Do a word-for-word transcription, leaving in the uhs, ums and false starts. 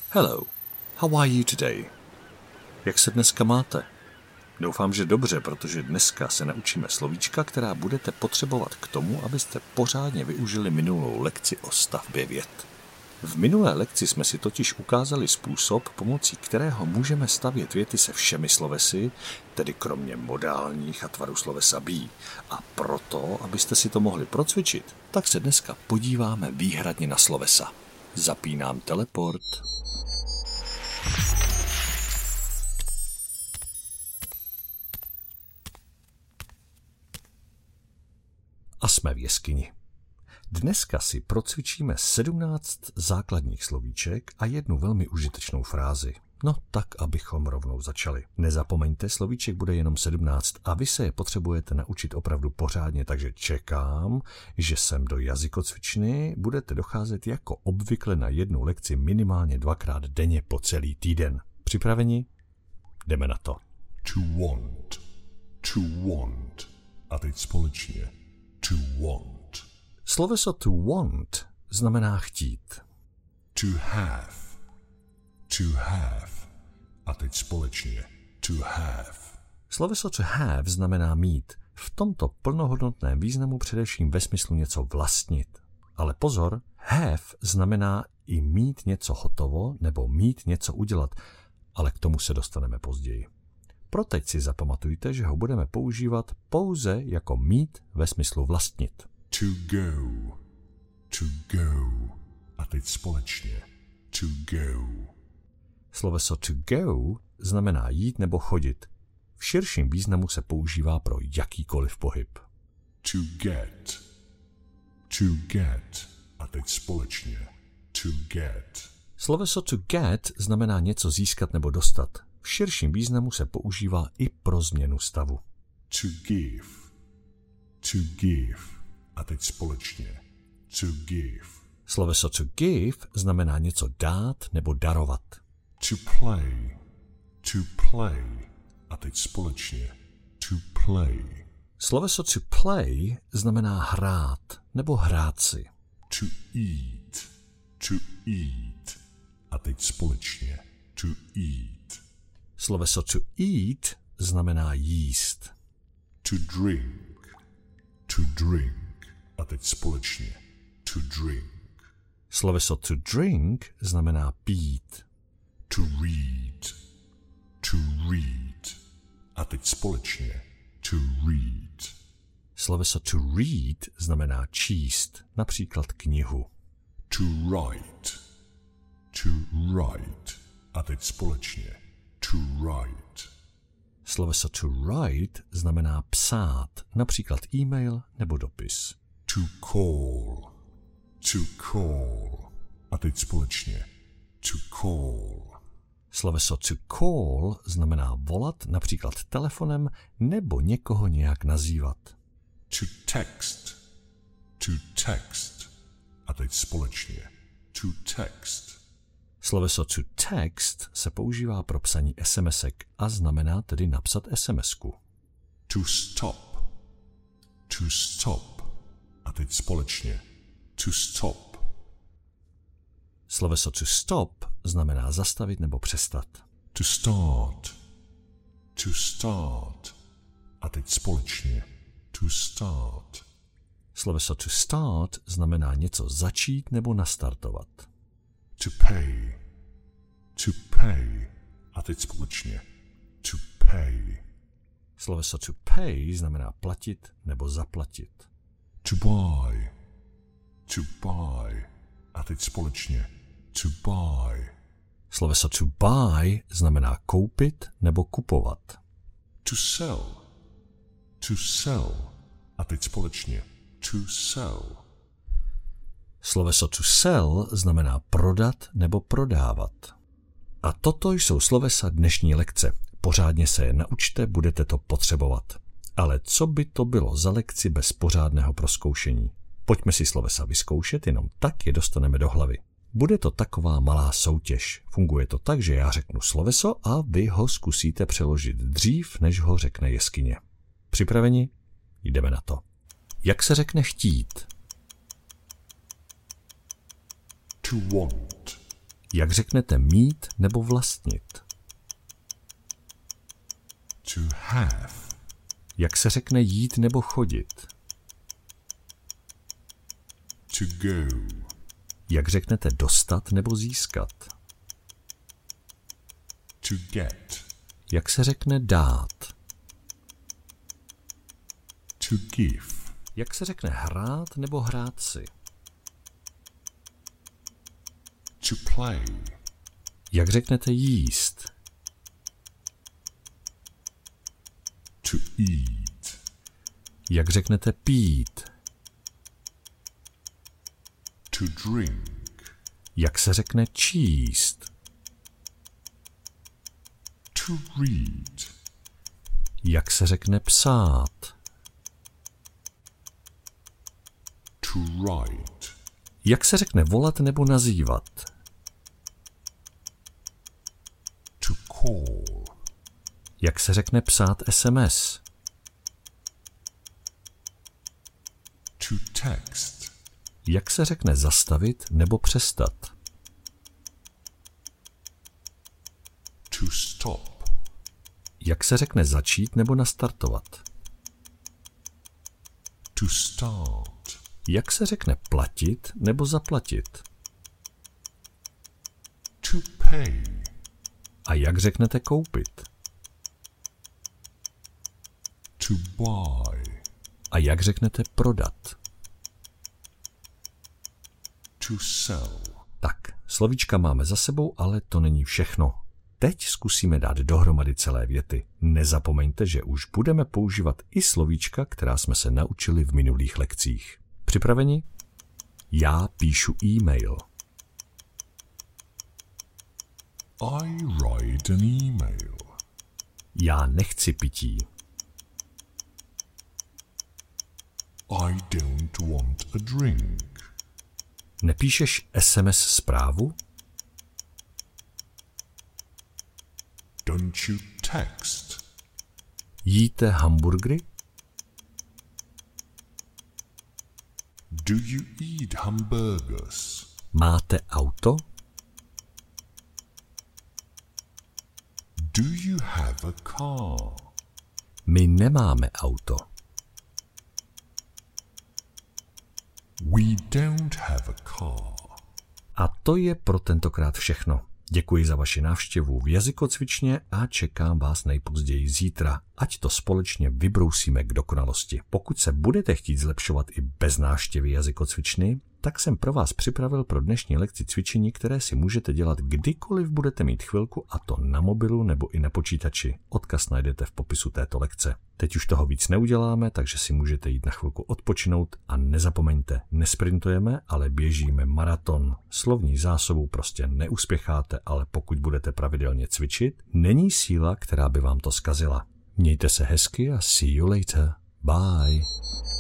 Hello, how are you today? Jak se dneska máte? Doufám, že dobře, protože dneska se naučíme slovíčka, která budete potřebovat k tomu, abyste pořádně využili minulou lekci o stavbě vět. V minulé lekci jsme si totiž ukázali způsob, pomocí kterého můžeme stavět věty se všemi slovesy, tedy kromě modálních a tvaru slovesa be. A proto, abyste si to mohli procvičit, tak se dneska podíváme výhradně na slovesa. Zapínám teleport. A jsme v jeskyni. Dneska si procvičíme sedmnáct základních slovíček a jednu velmi užitečnou frázi. No tak, abychom rovnou začali. Nezapomeňte, slovíček bude jenom sedmnáct a vy se je potřebujete naučit opravdu pořádně, takže čekám, že sem do jazykocvičny budete docházet jako obvykle na jednu lekci minimálně dvakrát denně po celý týden. Připraveni? Jdeme na to. To want. To want. A teď společně. To want. Sloveso to want znamená chtít. To have. To have. A teď společně. To have. Sloveso to have znamená mít. V tomto plnohodnotném významu především ve smyslu něco vlastnit. Ale pozor, have znamená i mít něco hotovo nebo mít něco udělat, ale k tomu se dostaneme později. Pro teď si zapamatujte, že ho budeme používat pouze jako mít ve smyslu vlastnit. To go. To go. A teď společně. To go. Sloveso to go znamená jít nebo chodit. V širším významu se používá pro jakýkoliv pohyb. To get. To get. A teď společně. To get. Sloveso to get znamená něco získat nebo dostat. V širším významu se používá i pro změnu stavu. To give. To give. A teď společně. To give. Sloveso to give znamená něco dát nebo darovat. To play. To play. A teď společně. To play. Sloveso to play znamená hrát nebo hrát si. To eat. To eat. A teď společně. To eat. Sloveso to eat znamená jíst. To drink. To drink. A teď společně. To drink. Sloveso to drink znamená pít. To read. To read. A teď společně. To read. Sloveso to read znamená číst, například knihu. To write. To write. A teď společně. To write. Sloveso to write znamená psát, například e-mail nebo dopis. To call. To call. A teď společně. To call. Sloveso to call znamená volat, například telefonem, nebo někoho nějak nazývat. To text. To text. A teď společně. To text. Sloveso to text se používá pro psaní SMSek a znamená tedy napsat SMSku. To stop. To stop. A teď společně. To stop. Sloveso to stop znamená zastavit nebo přestat. To start. To start. A teď společně. To start. Sloveso to start znamená něco začít nebo nastartovat. To pay. To pay. A teď společně. To pay. Sloveso to pay znamená platit nebo zaplatit. To buy. To buy. A teď společně. To buy. Sloveso to buy znamená koupit nebo kupovat. To sell. To sell. A teď společně. To sell. Sloveso to sell znamená prodat nebo prodávat. A toto jsou slovesa dnešní lekce. Pořádně se je naučte, budete to potřebovat. Ale co by to bylo za lekci bez pořádného prozkoušení? Pojďme si slovesa vyzkoušet, jenom tak je dostaneme do hlavy. Bude to taková malá soutěž. Funguje to tak, že já řeknu sloveso a vy ho zkusíte přeložit dřív, než ho řekne jeskyně. Připraveni? Jdeme na to. Jak se řekne chtít? To want. Jak řeknete mít nebo vlastnit? To have. Jak se řekne jít nebo chodit? To go. Jak řeknete dostat nebo získat? To get. Jak se řekne dát? To give. Jak se řekne hrát nebo hrát si? To play. Jak řeknete jíst? To eat. Jak řeknete pít? To drink. Jak se řekne číst? To read. Jak se řekne psát? To write. Jak se řekne volat nebo nazývat? To call. Jak se řekne psát es em es? To text. Jak se řekne zastavit nebo přestat? To stop. Jak se řekne začít nebo nastartovat? To start. Jak se řekne platit nebo zaplatit? To pay. A jak řeknete koupit? To buy. A jak řeknete prodat? To sell. Tak, slovíčka máme za sebou, ale to není všechno. Teď zkusíme dát dohromady celé věty. Nezapomeňte, že už budeme používat i slovíčka, která jsme se naučili v minulých lekcích. Připraveni? Já píšu e-mail. I write an email. Já nechci pití. I don't want a drink. Nepíšeš es em es zprávu? Don't you text? Jíte hamburgery? Do you eat hamburgers? Máte auto? Do you have a car? My nemáme auto. We don't have a car. A to je pro tentokrát všechno. Děkuji za vaši návštěvu v Jazykocvičně a čekám vás nejpozději zítra, ať to společně vybrousíme k dokonalosti. Pokud se budete chtít zlepšovat i bez návštěvy Jazykocvičny, tak jsem pro vás připravil pro dnešní lekci cvičení, které si můžete dělat kdykoliv budete mít chvilku, a to na mobilu nebo i na počítači. Odkaz najdete v popisu této lekce. Teď už toho víc neuděláme, takže si můžete jít na chvilku odpočinout a nezapomeňte, nesprintujeme, ale běžíme maraton. Slovní zásobu prostě neuspěcháte, ale pokud budete pravidelně cvičit, není síla, která by vám to zkazila. Mějte se hezky a see you later. Bye.